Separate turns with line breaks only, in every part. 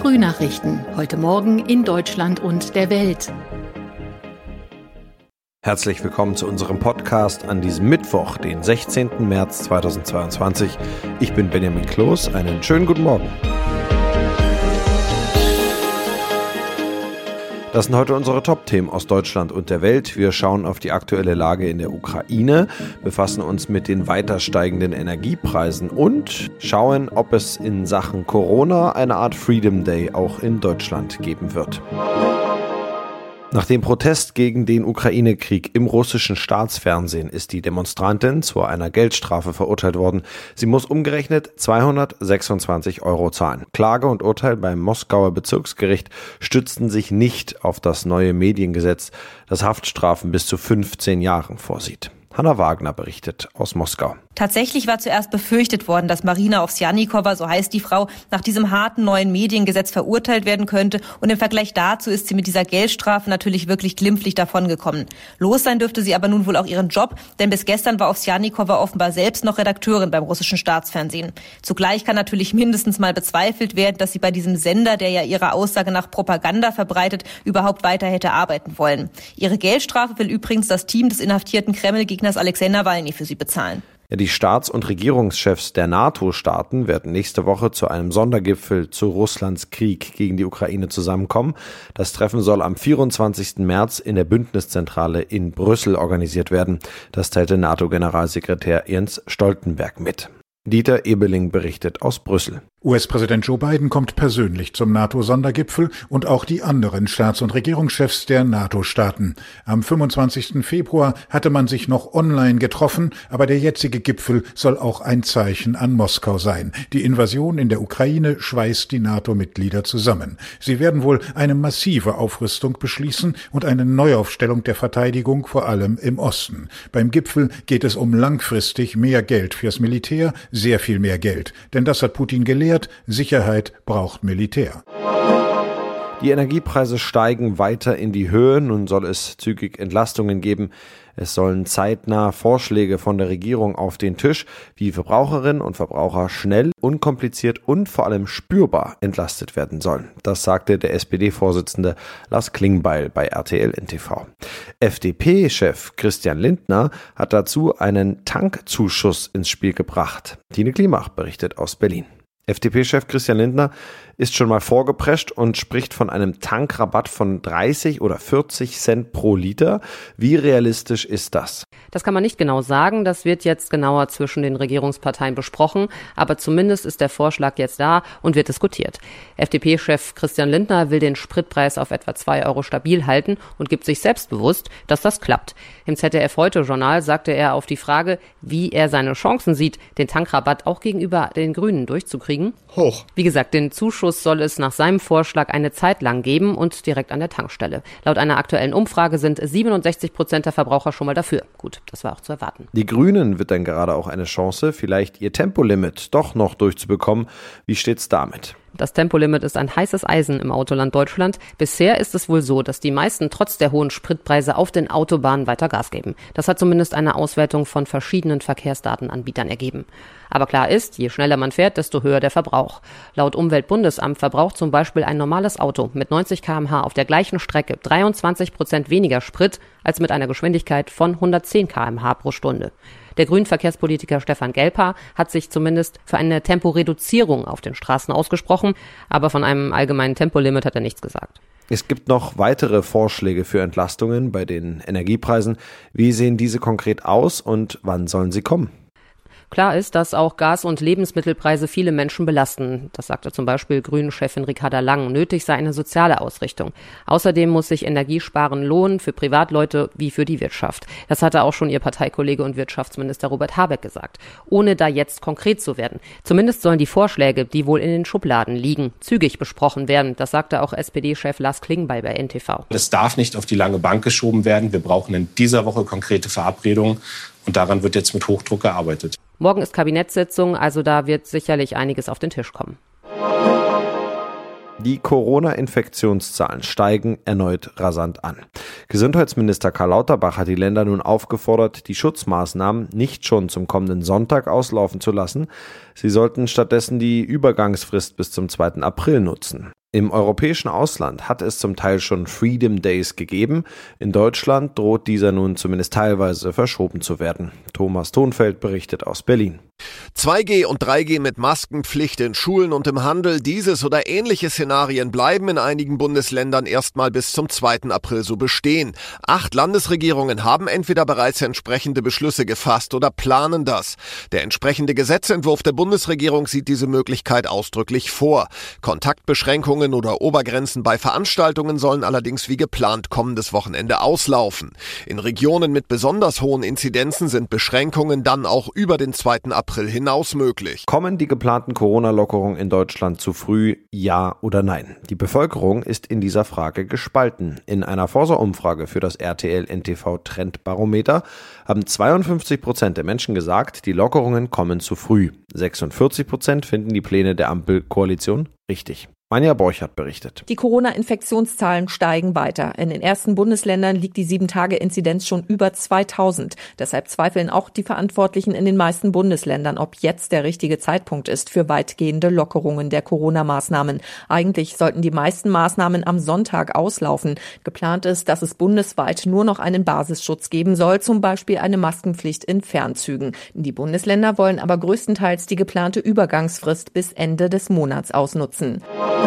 Frühnachrichten. Heute Morgen in Deutschland und der Welt.
Herzlich willkommen zu unserem Podcast an diesem Mittwoch, den 16. März 2022. Ich bin Benjamin Kloß. Einen schönen guten Morgen. Das sind heute unsere Top-Themen aus Deutschland und der Welt. Wir schauen auf die aktuelle Lage in der Ukraine, befassen uns mit den weiter steigenden Energiepreisen und schauen, ob es in Sachen Corona eine Art Freedom Day auch in Deutschland geben wird. Nach dem Protest gegen den Ukraine-Krieg im russischen Staatsfernsehen ist die Demonstrantin zu einer Geldstrafe verurteilt worden. Sie muss umgerechnet 226 € zahlen. Klage und Urteil beim Moskauer Bezirksgericht stützten sich nicht auf das neue Mediengesetz, das Haftstrafen bis zu 15 Jahren vorsieht. Hanna Wagner berichtet aus Moskau.
Tatsächlich war zuerst befürchtet worden, dass Marina Ovsjannikowa, so heißt die Frau, nach diesem harten neuen Mediengesetz verurteilt werden könnte. Und im Vergleich dazu ist sie mit dieser Geldstrafe natürlich wirklich glimpflich davongekommen. Los sein dürfte sie aber nun wohl auch ihren Job, denn bis gestern war Ovsjannikowa offenbar selbst noch Redakteurin beim russischen Staatsfernsehen. Zugleich kann natürlich mindestens mal bezweifelt werden, dass sie bei diesem Sender, der ja ihrer Aussage nach Propaganda verbreitet, überhaupt weiter hätte arbeiten wollen. Ihre Geldstrafe will übrigens das Team des inhaftierten Kreml-Gegners Alexei Nawalny für sie bezahlen.
Die Staats- und Regierungschefs der NATO-Staaten werden nächste Woche zu einem Sondergipfel zu Russlands Krieg gegen die Ukraine zusammenkommen. Das Treffen soll am 24. März in der Bündniszentrale in Brüssel organisiert werden. Das teilte NATO-Generalsekretär Jens Stoltenberg mit. Dieter Ebeling berichtet aus Brüssel.
US-Präsident Joe Biden kommt persönlich zum NATO-Sondergipfel und auch die anderen Staats- und Regierungschefs der NATO-Staaten. Am 25. Februar hatte man sich noch online getroffen, aber der jetzige Gipfel soll auch ein Zeichen an Moskau sein. Die Invasion in der Ukraine schweißt die NATO-Mitglieder zusammen. Sie werden wohl eine massive Aufrüstung beschließen und eine Neuaufstellung der Verteidigung, vor allem im Osten. Beim Gipfel geht es um langfristig mehr Geld fürs Militär, sehr viel mehr Geld. Denn das hat Putin gelehrt. Sicherheit braucht Militär.
Die Energiepreise steigen weiter in die Höhe. Nun soll es zügig Entlastungen geben. Es sollen zeitnah Vorschläge von der Regierung auf den Tisch, wie Verbraucherinnen und Verbraucher schnell, unkompliziert und vor allem spürbar entlastet werden sollen. Das sagte der SPD-Vorsitzende Lars Klingbeil bei RTL NTV. FDP-Chef Christian Lindner hat dazu einen Tankzuschuss ins Spiel gebracht. Tine Klimach berichtet aus Berlin. FDP-Chef Christian Lindner ist schon mal vorgeprescht und spricht von einem Tankrabatt von 30 oder 40 Cent pro Liter. Wie realistisch ist das?
Das kann man nicht genau sagen. Das wird jetzt genauer zwischen den Regierungsparteien besprochen. Aber zumindest ist der Vorschlag jetzt da und wird diskutiert. FDP-Chef Christian Lindner will den Spritpreis auf etwa 2 € stabil halten und gibt sich selbstbewusst, dass das klappt. Im ZDF-Heute-Journal sagte er auf die Frage, wie er seine Chancen sieht, den Tankrabatt auch gegenüber den Grünen durchzukriegen.
Hoch.
Wie gesagt, den Zuschuss soll es nach seinem Vorschlag eine Zeit lang geben und direkt an der Tankstelle. Laut einer aktuellen Umfrage sind 67% der Verbraucher schon mal dafür. Gut, das war auch zu erwarten.
Die Grünen wird dann gerade auch eine Chance, vielleicht ihr Tempolimit doch noch durchzubekommen. Wie steht's damit?
Das Tempolimit ist ein heißes Eisen im Autoland Deutschland. Bisher ist es wohl so, dass die meisten trotz der hohen Spritpreise auf den Autobahnen weiter Gas geben. Das hat zumindest eine Auswertung von verschiedenen Verkehrsdatenanbietern ergeben. Aber klar ist, je schneller man fährt, desto höher der Verbrauch. Laut Umweltbundesamt verbraucht zum Beispiel ein normales Auto mit 90 km/h auf der gleichen Strecke 23% weniger Sprit als mit einer Geschwindigkeit von 110 km/h pro Stunde. Der Grünen-Verkehrspolitiker Stefan Gelper hat sich zumindest für eine Temporeduzierung auf den Straßen ausgesprochen, aber von einem allgemeinen Tempolimit hat er nichts gesagt.
Es gibt noch weitere Vorschläge für Entlastungen bei den Energiepreisen. Wie sehen diese konkret aus und wann sollen sie kommen?
Klar ist, dass auch Gas- und Lebensmittelpreise viele Menschen belasten. Das sagte zum Beispiel Grünen-Chefin Ricarda Lang. Nötig sei eine soziale Ausrichtung. Außerdem muss sich Energiesparen lohnen für Privatleute wie für die Wirtschaft. Das hatte auch schon ihr Parteikollege und Wirtschaftsminister Robert Habeck gesagt. Ohne da jetzt konkret zu werden. Zumindest sollen die Vorschläge, die wohl in den Schubladen liegen, zügig besprochen werden. Das sagte auch SPD-Chef Lars Klingbeil bei NTV.
Das darf nicht auf die lange Bank geschoben werden. Wir brauchen in dieser Woche konkrete Verabredungen. Und daran wird jetzt mit Hochdruck gearbeitet.
Morgen ist Kabinettssitzung, also da wird sicherlich einiges auf den Tisch kommen.
Die Corona-Infektionszahlen steigen erneut rasant an. Gesundheitsminister Karl Lauterbach hat die Länder nun aufgefordert, die Schutzmaßnahmen nicht schon zum kommenden Sonntag auslaufen zu lassen. Sie sollten stattdessen die Übergangsfrist bis zum 2. April nutzen. Im europäischen Ausland hat es zum Teil schon Freedom Days gegeben. In Deutschland droht dieser nun zumindest teilweise verschoben zu werden. Thomas Thonfeld berichtet aus Berlin.
2G und 3G mit Maskenpflicht in Schulen und im Handel. Dieses oder ähnliche Szenarien bleiben in einigen Bundesländern erstmal bis zum 2. April so bestehen. 8 Landesregierungen haben entweder bereits entsprechende Beschlüsse gefasst oder planen das. Der entsprechende Gesetzentwurf der Bundesregierung sieht diese Möglichkeit ausdrücklich vor. Kontaktbeschränkungen oder Obergrenzen bei Veranstaltungen sollen allerdings wie geplant kommendes Wochenende auslaufen. In Regionen mit besonders hohen Inzidenzen sind Beschränkungen dann auch über den 2. April hinaus möglich.
Kommen die geplanten Corona-Lockerungen in Deutschland zu früh, ja oder nein? Die Bevölkerung ist in dieser Frage gespalten. In einer Forsa-Umfrage für das RTL-NTV-Trendbarometer haben 52% der Menschen gesagt, die Lockerungen kommen zu früh. 46% finden die Pläne der Ampelkoalition richtig. Manja Borchert berichtet.
Die Corona-Infektionszahlen steigen weiter. In den ersten Bundesländern liegt die 7-Tage-Inzidenz schon über 2000. Deshalb zweifeln auch die Verantwortlichen in den meisten Bundesländern, ob jetzt der richtige Zeitpunkt ist für weitgehende Lockerungen der Corona-Maßnahmen. Eigentlich sollten die meisten Maßnahmen am Sonntag auslaufen. Geplant ist, dass es bundesweit nur noch einen Basisschutz geben soll, zum Beispiel eine Maskenpflicht in Fernzügen. Die Bundesländer wollen aber größtenteils die geplante Übergangsfrist bis Ende des Monats ausnutzen.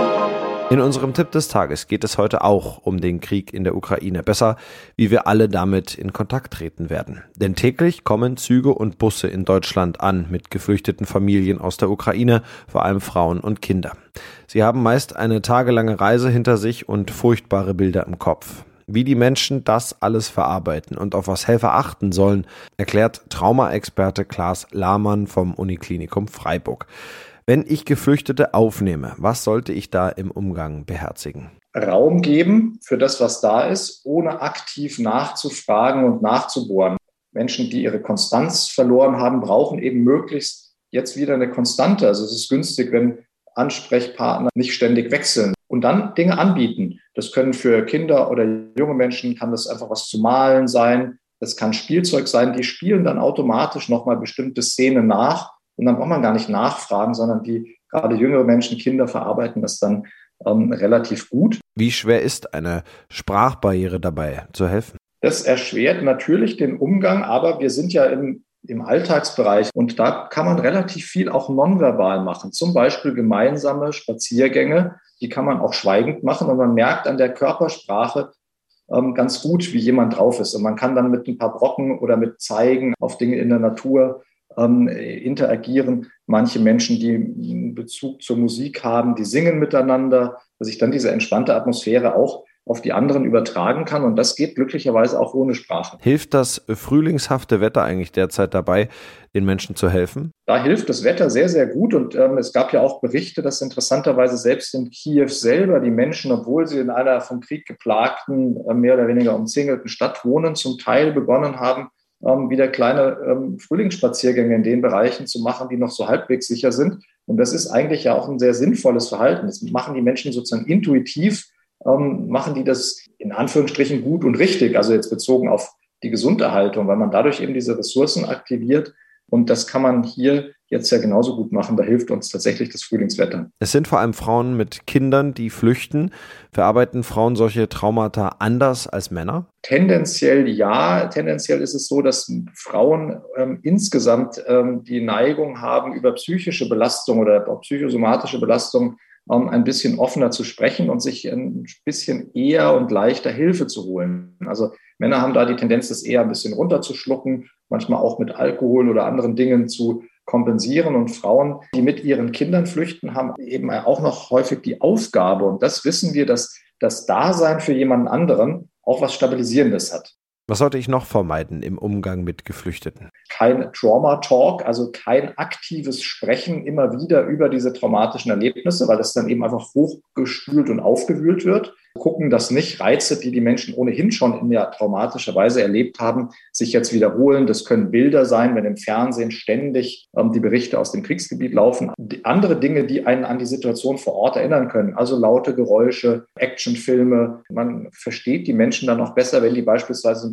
In unserem Tipp des Tages geht es heute auch um den Krieg in der Ukraine. Besser, wie wir alle damit in Kontakt treten werden. Denn täglich kommen Züge und Busse in Deutschland an mit geflüchteten Familien aus der Ukraine, vor allem Frauen und Kinder. Sie haben meist eine tagelange Reise hinter sich und furchtbare Bilder im Kopf. Wie die Menschen das alles verarbeiten und auf was Helfer achten sollen, erklärt Traumaexperte Klaas Lahmann vom Uniklinikum Freiburg. Wenn ich Geflüchtete aufnehme, was sollte ich da im Umgang beherzigen?
Raum geben für das, was da ist, ohne aktiv nachzufragen und nachzubohren. Menschen, die ihre Konstanz verloren haben, brauchen eben möglichst jetzt wieder eine Konstante. Also es ist günstig, wenn Ansprechpartner nicht ständig wechseln und dann Dinge anbieten. Das können für Kinder oder junge Menschen, kann das einfach was zu malen sein. Das kann Spielzeug sein. Die spielen dann automatisch nochmal bestimmte Szenen nach. Und dann braucht man gar nicht nachfragen, sondern die gerade jüngere Menschen, Kinder verarbeiten das dann relativ gut.
Wie schwer ist eine Sprachbarriere dabei zu helfen?
Das erschwert natürlich den Umgang, aber wir sind ja im Alltagsbereich und da kann man relativ viel auch nonverbal machen. Zum Beispiel gemeinsame Spaziergänge, die kann man auch schweigend machen und man merkt an der Körpersprache ganz gut, wie jemand drauf ist. Und man kann dann mit ein paar Brocken oder mit Zeigen auf Dinge in der Natur interagieren. Manche Menschen, die einen Bezug zur Musik haben, die singen miteinander, dass ich dann diese entspannte Atmosphäre auch auf die anderen übertragen kann. Und das geht glücklicherweise auch ohne Sprache.
Hilft das frühlingshafte Wetter eigentlich derzeit dabei, den Menschen zu helfen?
Da hilft das Wetter sehr, sehr gut. Und es gab ja auch Berichte, dass interessanterweise selbst in Kiew selber die Menschen, obwohl sie in einer vom Krieg geplagten, mehr oder weniger umzingelten Stadt wohnen, zum Teil begonnen haben, wieder kleine Frühlingsspaziergänge in den Bereichen zu machen, die noch so halbwegs sicher sind. Und das ist eigentlich ja auch ein sehr sinnvolles Verhalten. Das machen die Menschen sozusagen intuitiv, machen die das in Anführungsstrichen gut und richtig, also jetzt bezogen auf die Gesunderhaltung, weil man dadurch eben diese Ressourcen aktiviert. Und das kann man hier jetzt ja genauso gut machen. Da hilft uns tatsächlich das Frühlingswetter.
Es sind vor allem Frauen mit Kindern, die flüchten. Verarbeiten Frauen solche Traumata anders als Männer?
Tendenziell ja. Tendenziell ist es so, dass Frauen insgesamt die Neigung haben, über psychische Belastung oder auch psychosomatische Belastung ein bisschen offener zu sprechen und sich ein bisschen eher und leichter Hilfe zu holen. Also Männer haben da die Tendenz, das eher ein bisschen runterzuschlucken, manchmal auch mit Alkohol oder anderen Dingen zu kompensieren. Und Frauen, die mit ihren Kindern flüchten, haben eben auch noch häufig die Aufgabe. Und das wissen wir, dass das Dasein für jemanden anderen auch was Stabilisierendes hat.
Was sollte ich noch vermeiden im Umgang mit Geflüchteten?
Kein Trauma-Talk, also kein aktives Sprechen immer wieder über diese traumatischen Erlebnisse, weil das dann eben einfach hochgespült und aufgewühlt wird. Gucken, dass nicht Reize, die die Menschen ohnehin schon in der traumatischer Weise erlebt haben, sich jetzt wiederholen. Das können Bilder sein, wenn im Fernsehen ständig die Berichte aus dem Kriegsgebiet laufen. Andere Dinge, die einen an die Situation vor Ort erinnern können, also laute Geräusche, Actionfilme. Man versteht die Menschen dann auch besser, wenn die beispielsweise ein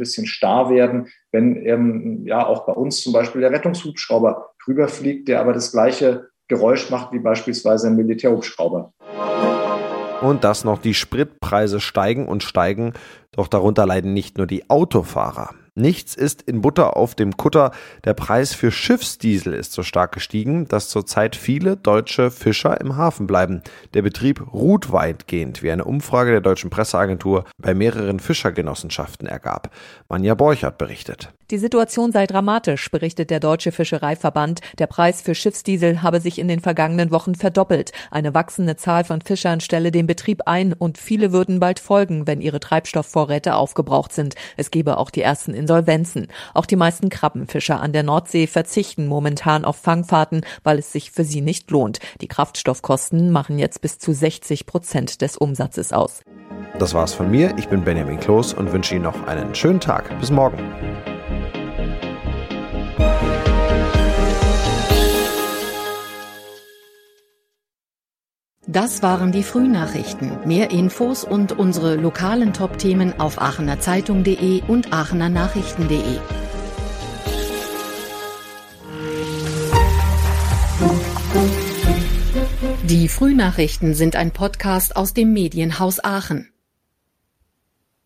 bisschen starr werden, wenn auch bei uns zum Beispiel der Rettungshubschrauber drüber fliegt, der aber das gleiche Geräusch macht wie beispielsweise ein Militärhubschrauber.
Und dass noch die Spritpreise steigen und steigen, doch darunter leiden nicht nur die Autofahrer. Nichts ist in Butter auf dem Kutter. Der Preis für Schiffsdiesel ist so stark gestiegen, dass zurzeit viele deutsche Fischer im Hafen bleiben. Der Betrieb ruht weitgehend, wie eine Umfrage der Deutschen Presseagentur bei mehreren Fischergenossenschaften ergab. Manja Borchert berichtet.
Die Situation sei dramatisch, berichtet der Deutsche Fischereiverband. Der Preis für Schiffsdiesel habe sich in den vergangenen Wochen verdoppelt. Eine wachsende Zahl von Fischern stelle den Betrieb ein und viele würden bald folgen, wenn ihre Treibstoffvorräte aufgebraucht sind. Es gebe auch die ersten Insolvenzen. Auch die meisten Krabbenfischer an der Nordsee verzichten momentan auf Fangfahrten, weil es sich für sie nicht lohnt. Die Kraftstoffkosten machen jetzt bis zu 60% des Umsatzes aus.
Das war's von mir. Ich bin Benjamin Kloß und wünsche Ihnen noch einen schönen Tag. Bis morgen.
Das waren die Frühnachrichten. Mehr Infos und unsere lokalen Top-Themen auf aachenerzeitung.de und aachenernachrichten.de. Die Frühnachrichten sind ein Podcast aus dem Medienhaus Aachen.